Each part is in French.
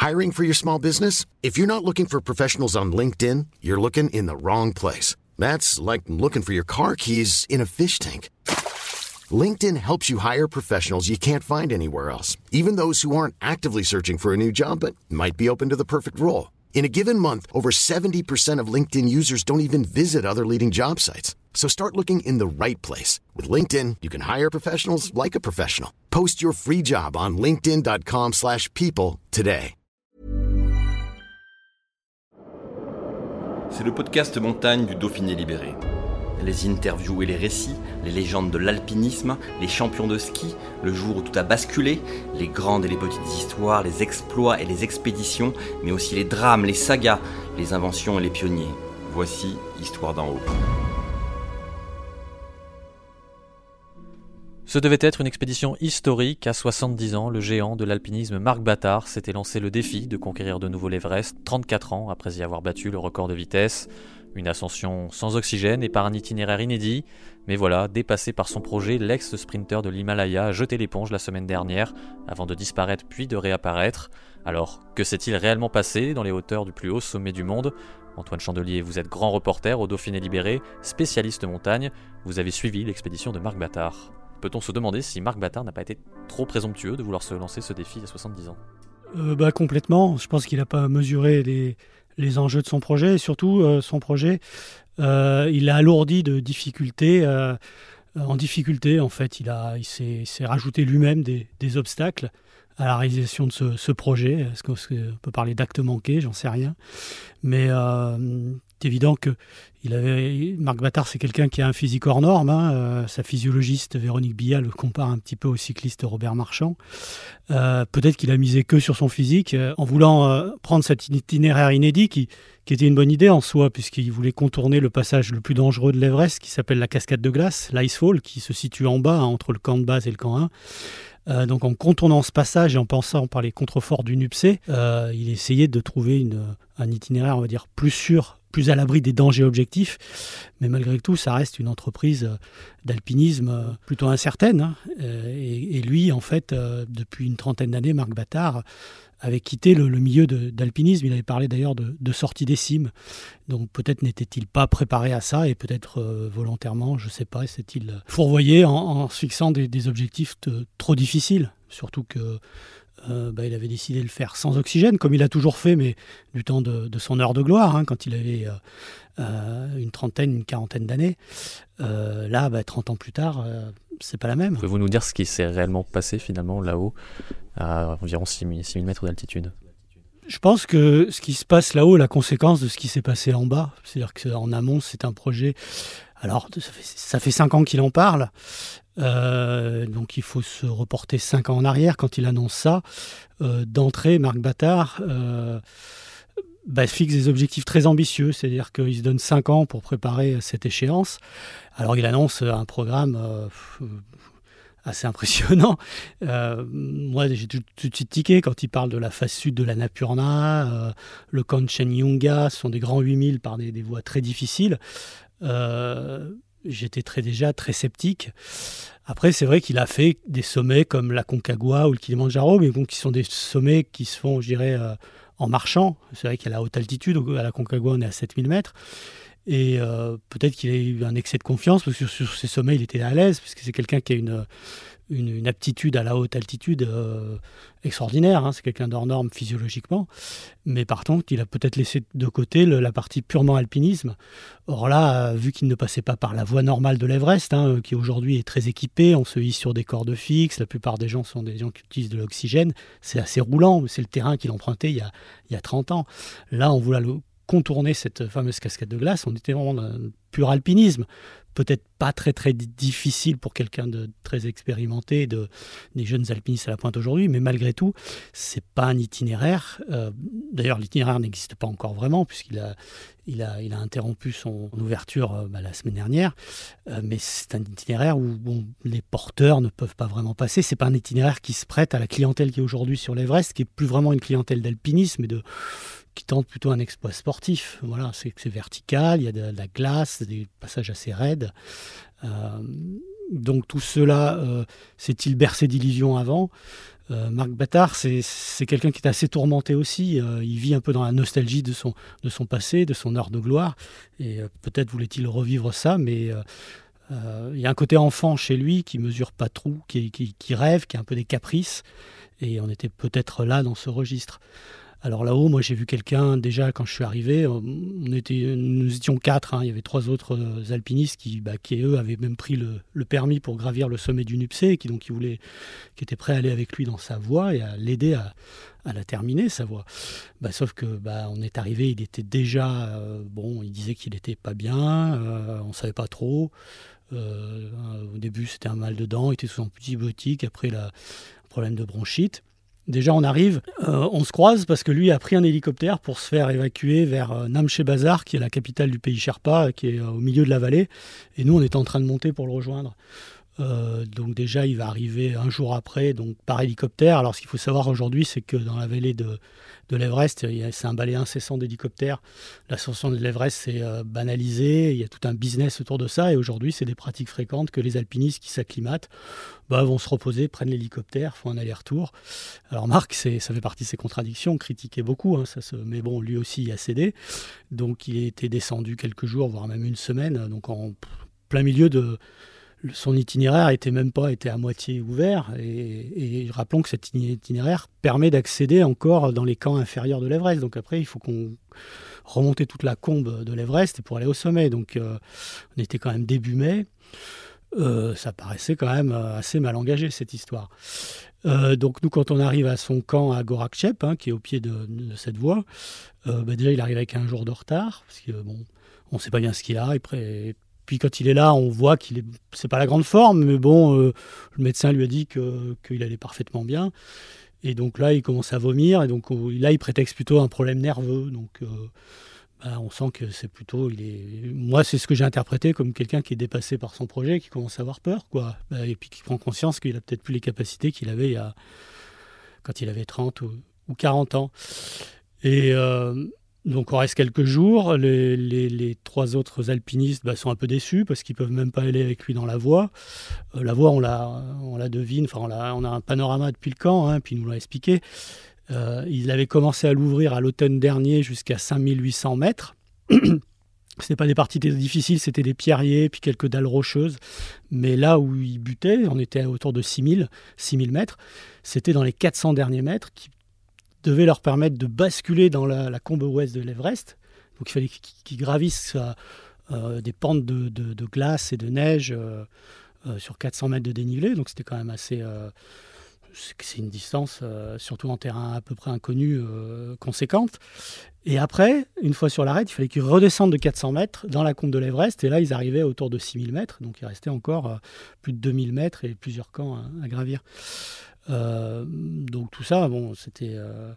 Hiring for your small business? If you're not looking for professionals on LinkedIn, you're looking in the wrong place. That's like looking for your car keys in a fish tank. LinkedIn helps you hire professionals you can't find anywhere else, even those who aren't actively searching for a new job but might be open to the perfect role. In a given month, over 70% of LinkedIn users don't even visit other leading job sites. So start looking in the right place. With LinkedIn, you can hire professionals like a professional. Post your free job on linkedin.com/people today. C'est le podcast montagne du Dauphiné libéré. Les interviews et les récits, les légendes de l'alpinisme, les champions de ski, le jour où tout a basculé, les grandes et les petites histoires, les exploits et les expéditions, mais aussi les drames, les sagas, les inventions et les pionniers. Voici Histoire d'en haut. Ce devait être une expédition historique. À 70 ans, le géant de l'alpinisme Marc Battard s'était lancé le défi de conquérir de nouveau l'Everest, 34 ans après y avoir battu le record de vitesse. Une ascension sans oxygène et par un itinéraire inédit. Mais voilà, dépassé par son projet, l'ex-sprinter de l'Himalaya a jeté l'éponge la semaine dernière, avant de disparaître puis de réapparaître. Alors, que s'est-il réellement passé dans les hauteurs du plus haut sommet du monde ? Antoine Chandelier, vous êtes grand reporter au Dauphiné libéré, spécialiste montagne. Vous avez suivi l'expédition de Marc Battard. Peut-on se demander si Marc Battard n'a pas été trop présomptueux de vouloir se lancer ce défi à 70 ans ? Complètement. Je pense qu'il n'a pas mesuré les enjeux de son projet. Et surtout, son projet, il l'a alourdi de difficultés. En difficulté, en fait, il s'est rajouté lui-même des obstacles à la réalisation de ce projet. Est-ce qu'on peut parler d'actes manqués ? J'en sais rien. Mais c'est évident que Marc Battard, c'est quelqu'un qui a un physique hors norme. Sa physiologiste Véronique Billat le compare un petit peu au cycliste Robert Marchand. Peut-être qu'il a misé que sur son physique en voulant prendre cet itinéraire inédit qui était une bonne idée en soi, puisqu'il voulait contourner le passage le plus dangereux de l'Everest, qui s'appelle la cascade de glace, l'Icefall, qui se situe en bas, entre le camp de base et le camp 1. Donc en contournant ce passage et en passant par les contreforts du Nupsé, il essayait de trouver un itinéraire, on va dire, plus sûr, plus à l'abri des dangers objectifs. Mais malgré tout, ça reste une entreprise d'alpinisme plutôt incertaine. Et lui, en fait, depuis une trentaine d'années, Marc Battard avait quitté le milieu d'alpinisme. Il avait parlé d'ailleurs de sortie des cimes. Donc peut-être n'était-il pas préparé à ça et peut-être volontairement, je ne sais pas, s'est-il fourvoyé en se fixant des objectifs trop difficiles. Surtout que il avait décidé de le faire sans oxygène, comme il a toujours fait, mais du temps de son heure de gloire, quand il avait une quarantaine d'années. Là, 30 ans plus tard, c'est pas la même. Pouvez-vous nous dire ce qui s'est réellement passé finalement là-haut, à environ 6000 mètres d'altitude ? Je pense que ce qui se passe là-haut est la conséquence de ce qui s'est passé en bas. C'est-à-dire qu'en amont, c'est un projet... Alors, ça fait 5 ans qu'il en parle. Donc il faut se reporter 5 ans en arrière quand il annonce ça. D'entrée, Marc Battard fixe des objectifs très ambitieux, c'est-à-dire qu'il se donne 5 ans pour préparer cette échéance. Alors il annonce un programme assez impressionnant. Moi, j'ai tout de suite tiqué quand il parle de la face sud de l'Annapurna, le Kanchenjunga, ce sont des grands 8000 par des voies très difficiles. J'étais déjà très sceptique. Après, c'est vrai qu'il a fait des sommets comme la Concagua ou le Kilimandjaro, mais qui sont des sommets qui se font, je dirais, en marchant. C'est vrai qu'à la haute altitude, à la Concagua, on est à 7000 mètres. Et peut-être qu'il a eu un excès de confiance, parce que sur ces sommets, il était à l'aise, parce que c'est quelqu'un qui a une aptitude à la haute altitude extraordinaire. C'est quelqu'un d'hors norme physiologiquement. Mais par contre, il a peut-être laissé de côté la partie purement alpinisme. Or là, vu qu'il ne passait pas par la voie normale de l'Everest, qui aujourd'hui est très équipée, on se hisse sur des cordes fixes, la plupart des gens sont des gens qui utilisent de l'oxygène, c'est assez roulant, c'est le terrain qu'il empruntait il y a 30 ans. Là, on voulait contourner cette fameuse cascade de glace, on était vraiment dans un pur alpinisme. Peut-être pas très très difficile pour quelqu'un de très expérimenté, des jeunes alpinistes à la pointe aujourd'hui, mais malgré tout, c'est pas un itinéraire. D'ailleurs, l'itinéraire n'existe pas encore vraiment, puisqu'il a interrompu son ouverture la semaine dernière. Mais c'est un itinéraire où les porteurs ne peuvent pas vraiment passer. C'est pas un itinéraire qui se prête à la clientèle qui est aujourd'hui sur l'Everest, qui est plus vraiment une clientèle d'alpinisme qui tente plutôt un exploit sportif. Voilà, c'est vertical, il y a de la glace, des passages assez raides. Donc tout cela, s'est-il bercé d'illusions avant ? Marc Battard, c'est quelqu'un qui est assez tourmenté aussi. Il vit un peu dans la nostalgie de son passé, de son heure de gloire. Et peut-être voulait-il revivre ça, mais il y a un côté enfant chez lui qui mesure pas trop, qui rêve, qui a un peu des caprices. Et on était peut-être là dans ce registre. Alors là-haut, moi j'ai vu quelqu'un, déjà quand je suis arrivé, nous étions 4, il y avait 3 autres alpinistes qui eux avaient même pris le permis pour gravir le sommet du Nupsé, qui étaient prêts à aller avec lui dans sa voie et à l'aider à la terminer, sa voie. Sauf que on est arrivé, il était déjà, il disait qu'il n'était pas bien, on ne savait pas trop. Au début c'était un mal de dents, il était sous antibiotiques, après un problème de bronchite. Déjà, on arrive, on se croise parce que lui a pris un hélicoptère pour se faire évacuer vers Namche Bazar, qui est la capitale du pays Sherpa, qui est au milieu de la vallée. Et nous, on était en train de monter pour le rejoindre. Donc déjà, il va arriver un jour après, donc par hélicoptère. Alors, ce qu'il faut savoir aujourd'hui, c'est que dans la vallée de l'Everest, c'est un balai incessant d'hélicoptères. L'ascension de l'Everest, c'est banalisé. Il y a tout un business autour de ça. Et aujourd'hui, c'est des pratiques fréquentes que les alpinistes qui s'acclimatent vont se reposer, prennent l'hélicoptère, font un aller-retour. Alors Marc, ça fait partie de ses contradictions, critiquait beaucoup, mais bon, lui aussi y a cédé. Donc il était descendu quelques jours, voire même une semaine, donc en plein milieu de... Son itinéraire était à moitié ouvert, et rappelons que cet itinéraire permet d'accéder encore dans les camps inférieurs de l'Everest. Donc après, il faut qu'on remonte toute la combe de l'Everest pour aller au sommet. Donc on était quand même début mai. Ça paraissait quand même assez mal engagé, cette histoire. Donc nous, quand on arrive à son camp à Gorakchep, qui est au pied de cette voie, déjà il arrive avec un jour de retard, parce que on ne sait pas bien ce qu'il a. Puis quand il est là, on voit c'est pas la grande forme, mais le médecin lui a dit qu'il allait parfaitement bien. Et donc là, il commence à vomir, et donc là, il prétexte plutôt un problème nerveux. Donc on sent que c'est plutôt... Moi, c'est ce que j'ai interprété comme quelqu'un qui est dépassé par son projet, qui commence à avoir peur, quoi. Et puis qui prend conscience qu'il a peut-être plus les capacités qu'il avait quand il avait 30 ou 40 ans. Et donc on reste quelques jours. Les 3 autres alpinistes sont un peu déçus parce qu'ils ne peuvent même pas aller avec lui dans la voie. La voie, on la devine, on a un panorama depuis le camp, puis il nous l'a expliqué. Il avait commencé à l'ouvrir à l'automne dernier jusqu'à 5800 mètres. Ce n'était pas des parties difficiles, c'était des pierriers, puis quelques dalles rocheuses. Mais là où il butait, on était autour de 6000 mètres. C'était dans les 400 derniers mètres qui devaient leur permettre de basculer dans la combe ouest de l'Everest. Donc il fallait qu'ils gravissent des pentes de glace et de neige sur 400 mètres de dénivelé. Donc c'était quand même assez... c'est une distance, surtout en terrain à peu près inconnu, conséquente. Et après, une fois sur l'arête, il fallait qu'ils redescendent de 400 mètres dans la combe de l'Everest. Et là, ils arrivaient autour de 6000 mètres. Donc il restait encore plus de 2000 mètres et plusieurs camps à gravir. Donc tout ça, c'était...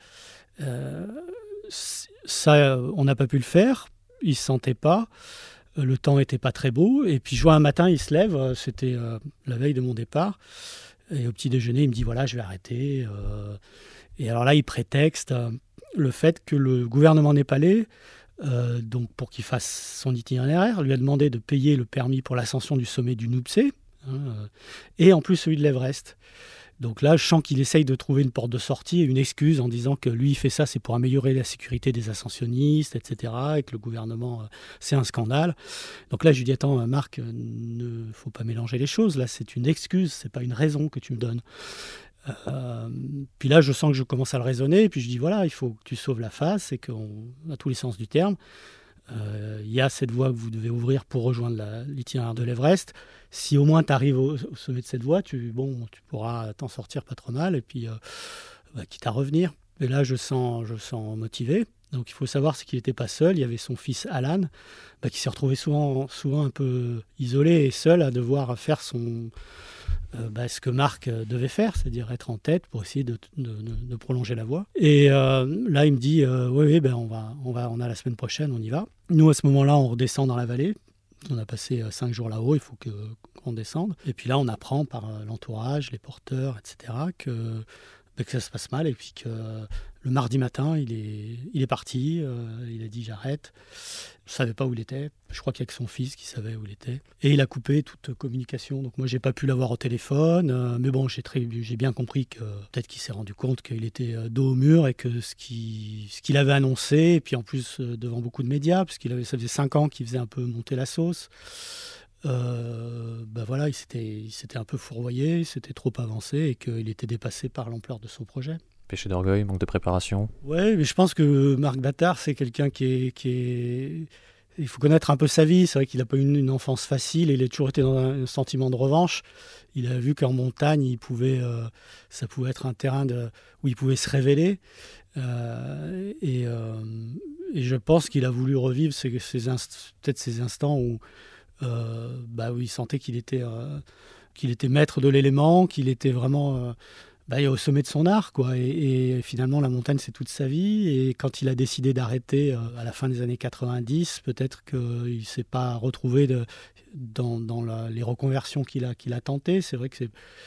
ça, on n'a pas pu le faire. Il ne se sentait pas. Le temps n'était pas très beau. Et puis, un matin, il se lève. C'était la veille de mon départ. Et au petit déjeuner, il me dit, voilà, je vais arrêter. Et alors là, il prétexte le fait que le gouvernement népalais, donc pour qu'il fasse son itinéraire, lui a demandé de payer le permis pour l'ascension du sommet du Nupsé, et en plus celui de l'Everest. Donc là, je sens qu'il essaye de trouver une porte de sortie et une excuse en disant que lui, il fait ça, c'est pour améliorer la sécurité des ascensionnistes, etc., et que le gouvernement, c'est un scandale. Donc là, je lui dis, attends, Marc, ne faut pas mélanger les choses. Là, c'est une excuse, c'est pas une raison que tu me donnes. Puis là, je sens que je commence à le raisonner, et puis je dis, voilà, il faut que tu sauves la face, et qu'à tous les sens du terme, il y a cette voie que vous devez ouvrir pour rejoindre l'itinéraire de l'Everest. Si au moins tu arrives au sommet de cette voie, tu pourras t'en sortir pas trop mal, et puis quitte à revenir. Et là, je sens motivé. Donc il faut savoir qu'il n'était pas seul. Il y avait son fils Alan, qui s'est retrouvé souvent un peu isolé et seul à devoir faire ce que Marc devait faire, c'est-à-dire être en tête pour essayer de prolonger la voie. Et là, il me dit, oui, on a la semaine prochaine, on y va. Nous, à ce moment-là, on redescend dans la vallée. On a passé 5 jours là-haut, il faut qu'on descende. Et puis là, on apprend par l'entourage, les porteurs, etc., que ça se passe mal, et puis que Le mardi matin, il est parti, il a dit j'arrête. Je ne savais pas où il était. Je crois qu'il n'y a que son fils qui savait où il était. Et il a coupé toute communication. Donc moi, je n'ai pas pu l'avoir au téléphone. Mais bon, j'ai bien compris que peut-être qu'il s'est rendu compte qu'il était dos au mur et que ce qu'il avait annoncé, et puis en plus devant beaucoup de médias, parce ça faisait 5 ans qu'il faisait un peu monter la sauce. Voilà, il s'était un peu fourvoyé, il s'était trop avancé et qu'il était dépassé par l'ampleur de son projet. Péché d'orgueil, manque de préparation. Ouais, mais je pense que Marc Battard, c'est quelqu'un qui est... Il faut connaître un peu sa vie. C'est vrai qu'il n'a pas eu une enfance facile. Il a toujours été dans un sentiment de revanche. Il a vu qu'en montagne, ça pouvait être un terrain où il pouvait se révéler. Et je pense qu'il a voulu revivre peut-être ces instants où il sentait qu'il était maître de l'élément, qu'il était vraiment... au sommet de son art, quoi. Et finalement, la montagne, c'est toute sa vie. Et quand il a décidé d'arrêter à la fin des années 90, peut-être qu'il ne s'est pas retrouvé dans les reconversions qu'il a tentées. C'est vrai que c'est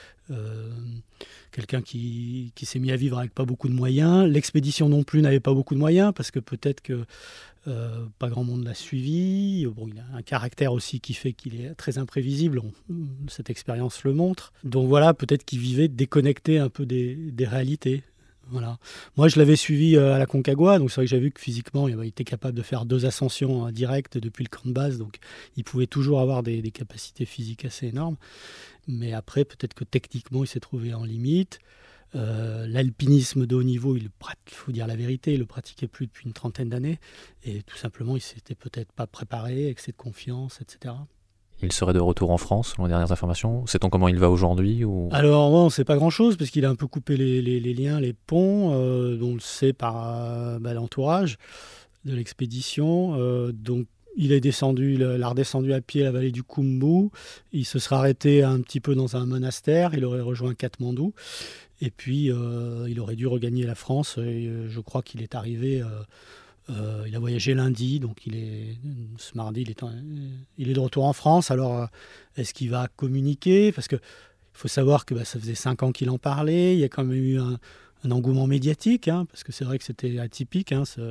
quelqu'un qui s'est mis à vivre avec pas beaucoup de moyens. L'expédition non plus n'avait pas beaucoup de moyens, parce que peut-être que pas grand monde l'a suivi. Bon, il a un caractère aussi qui fait qu'il est très imprévisible. Cette expérience le montre. Donc voilà, peut-être qu'il vivait déconnecté un peu des réalités. Voilà. Moi, je l'avais suivi à la Concagua, donc c'est vrai que j'ai vu que physiquement, il était capable de faire 2 ascensions directes depuis le camp de base, donc il pouvait toujours avoir des capacités physiques assez énormes. Mais après, peut-être que techniquement, il s'est trouvé en limite. L'alpinisme de haut niveau, il faut dire la vérité, il le pratiquait plus depuis une 30aine d'années, et tout simplement, il s'était peut-être pas préparé, excès de confiance, etc. Il serait de retour en France, selon les dernières informations. Sait-on comment il va aujourd'hui ou... Alors, on ne sait pas grand-chose, parce qu'il a un peu coupé les liens, les ponts, dont on le sait par l'entourage de l'expédition. Donc, il a redescendu à pied la vallée du Khumbu. Il se sera arrêté un petit peu dans un monastère. Il aurait rejoint Katmandou. Et puis, il aurait dû regagner la France. Et, je crois qu'il est arrivé... il a voyagé lundi, donc ce mardi, il est de retour en France. Alors, est-ce qu'il va communiquer ? Parce qu'il faut savoir que ça faisait 5 ans qu'il en parlait. Il y a quand même eu un engouement médiatique, parce que c'est vrai que c'était atypique.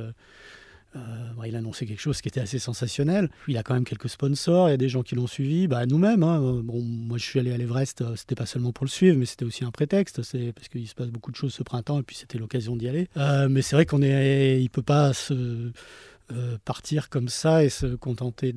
Il a annoncé quelque chose qui était assez sensationnel. Il a quand même quelques sponsors, il y a des gens qui l'ont suivi, nous-mêmes. Moi, je suis allé à l'Everest, c'était pas seulement pour le suivre, mais c'était aussi un prétexte. C'est parce qu'il se passe beaucoup de choses ce printemps, et puis c'était l'occasion d'y aller. Mais c'est vrai il peut pas partir comme ça et se contenter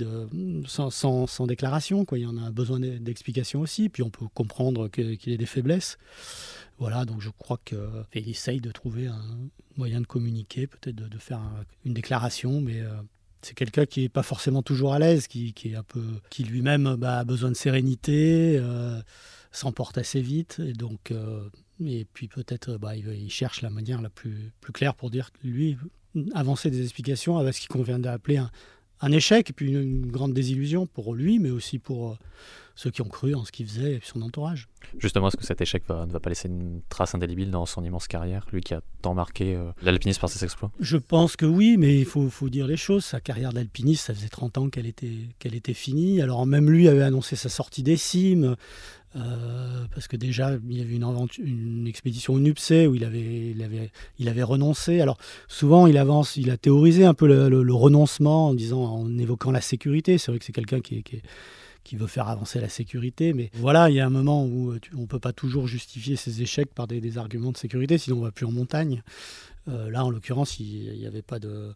sans déclaration, quoi. Il y en a besoin d'explications aussi, puis on peut comprendre qu'il ait des faiblesses. Voilà, donc je crois qu'il essaye de trouver un moyen de communiquer, peut-être de faire une déclaration, mais c'est quelqu'un qui n'est pas forcément toujours à l'aise, qui lui-même a besoin de sérénité, s'emporte assez vite, et donc et puis peut-être il cherche la manière la plus claire pour dire lui avancer des explications avec ce qu'il convient d'appeler un échec, et puis une grande désillusion pour lui, mais aussi pour ceux qui ont cru en ce qu'il faisait et son entourage. Justement, est-ce que cet échec ne va pas laisser une trace indélébile dans son immense carrière, lui qui a tant marqué l'alpinisme par ses exploits ? Je pense que oui, mais il faut dire les choses. Sa carrière d'alpiniste, ça faisait 30 ans qu'elle était finie. Alors même lui avait annoncé sa sortie des cimes, parce que déjà, il y avait une expédition au Nupsé où il avait renoncé. Alors souvent, il a théorisé un peu le renoncement en évoquant la sécurité. C'est vrai que c'est quelqu'un qui veut faire avancer la sécurité, mais voilà, il y a un moment où on ne peut pas toujours justifier ses échecs par des arguments de sécurité, sinon on ne va plus en montagne. Là, en l'occurrence, il n'y avait pas de...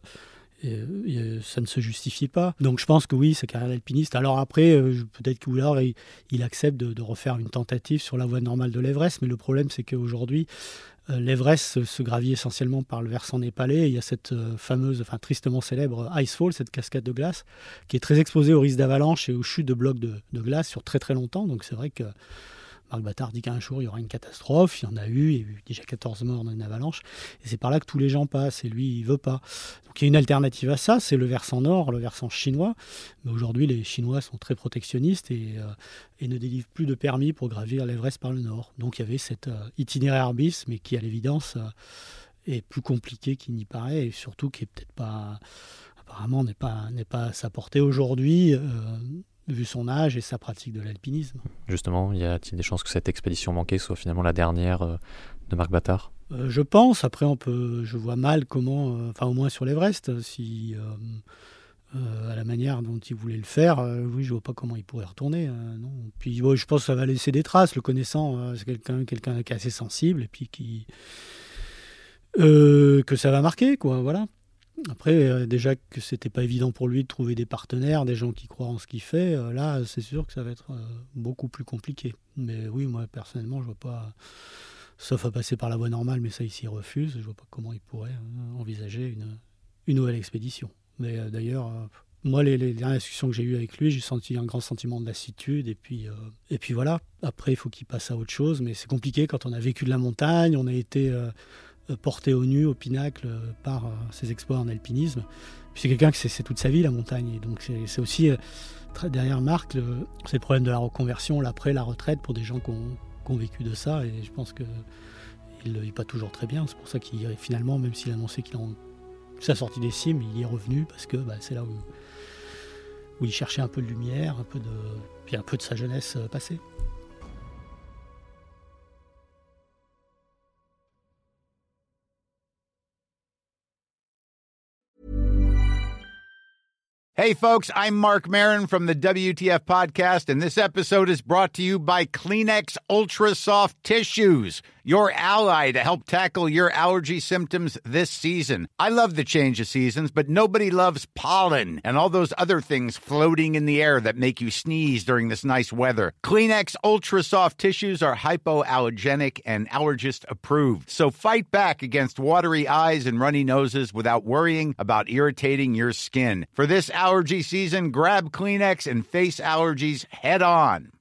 ça ne se justifie pas. Donc je pense que oui, sa carrière d'alpiniste. Alors après, peut-être qu'il accepte de refaire une tentative sur la voie normale de l'Everest, mais le problème, c'est qu'aujourd'hui, l'Everest se gravit essentiellement par le versant népalais. Il y a cette fameuse, tristement célèbre Icefall, cette cascade de glace, qui est très exposée au risque d'avalanche et aux chutes de blocs de glace sur très très longtemps. Donc c'est vrai que Marc Battard dit qu'un jour il y aura une catastrophe. Il y en a eu, il y a eu déjà 14 morts dans une avalanche. Et c'est par là que tous les gens passent, et lui, il ne veut pas. Donc il y a une alternative à ça, c'est le versant nord, le versant chinois. Mais aujourd'hui, les Chinois sont très protectionnistes et ne délivrent plus de permis pour gravir l'Everest par le nord. Donc il y avait cet itinéraire bis, mais qui à l'évidence est plus compliqué qu'il n'y paraît, et surtout qui est peut-être pas, apparemment n'est pas à sa portée aujourd'hui, vu son âge et sa pratique de l'alpinisme. Justement, y a-t-il des chances que cette expédition manquée soit finalement la dernière de Marc Battard ? Je pense. Après, je vois mal comment, enfin au moins sur l'Everest, si à la manière dont il voulait le faire, oui, je vois pas comment il pourrait retourner. Non. Puis je pense que ça va laisser des traces. Le connaissant, c'est quelqu'un qui est assez sensible et puis que ça va marquer, quoi. Voilà. Après, déjà que c'était pas évident pour lui de trouver des partenaires, des gens qui croient en ce qu'il fait. Là, c'est sûr que ça va être beaucoup plus compliqué. Mais oui, moi personnellement, je vois pas. Sauf à passer par la voie normale, mais ça, il s'y refuse. Je vois pas comment il pourrait envisager une nouvelle expédition. Mais d'ailleurs, moi, les dernières discussions que j'ai eues avec lui, j'ai senti un grand sentiment de lassitude. Et puis voilà. Après, il faut qu'il passe à autre chose. Mais c'est compliqué quand on a vécu de la montagne, on a été porté au nu, au pinacle, par ses exploits en alpinisme. Puis c'est quelqu'un qui c'est toute sa vie, la montagne. Et donc c'est aussi, derrière Marc, c'est le problème de la reconversion, l'après, la retraite, pour des gens qui ont vécu de ça. Et je pense qu'il ne le vit pas toujours très bien. C'est pour ça qu'il, finalement, même s'il a annoncé qu'il sa sortie des cimes, il y est revenu parce que c'est là où il cherchait un peu de lumière, puis un peu de sa jeunesse passée. Hey, folks, I'm Mark Maron from the WTF Podcast, and this episode is brought to you by Kleenex Ultra Soft Tissues, your ally to help tackle your allergy symptoms this season. I love the change of seasons, but nobody loves pollen and all those other things floating in the air that make you sneeze during this nice weather. Kleenex Ultra Soft Tissues are hypoallergenic and allergist approved, so fight back against watery eyes and runny noses without worrying about irritating your skin. For this allergy season, grab Kleenex and face allergies head on.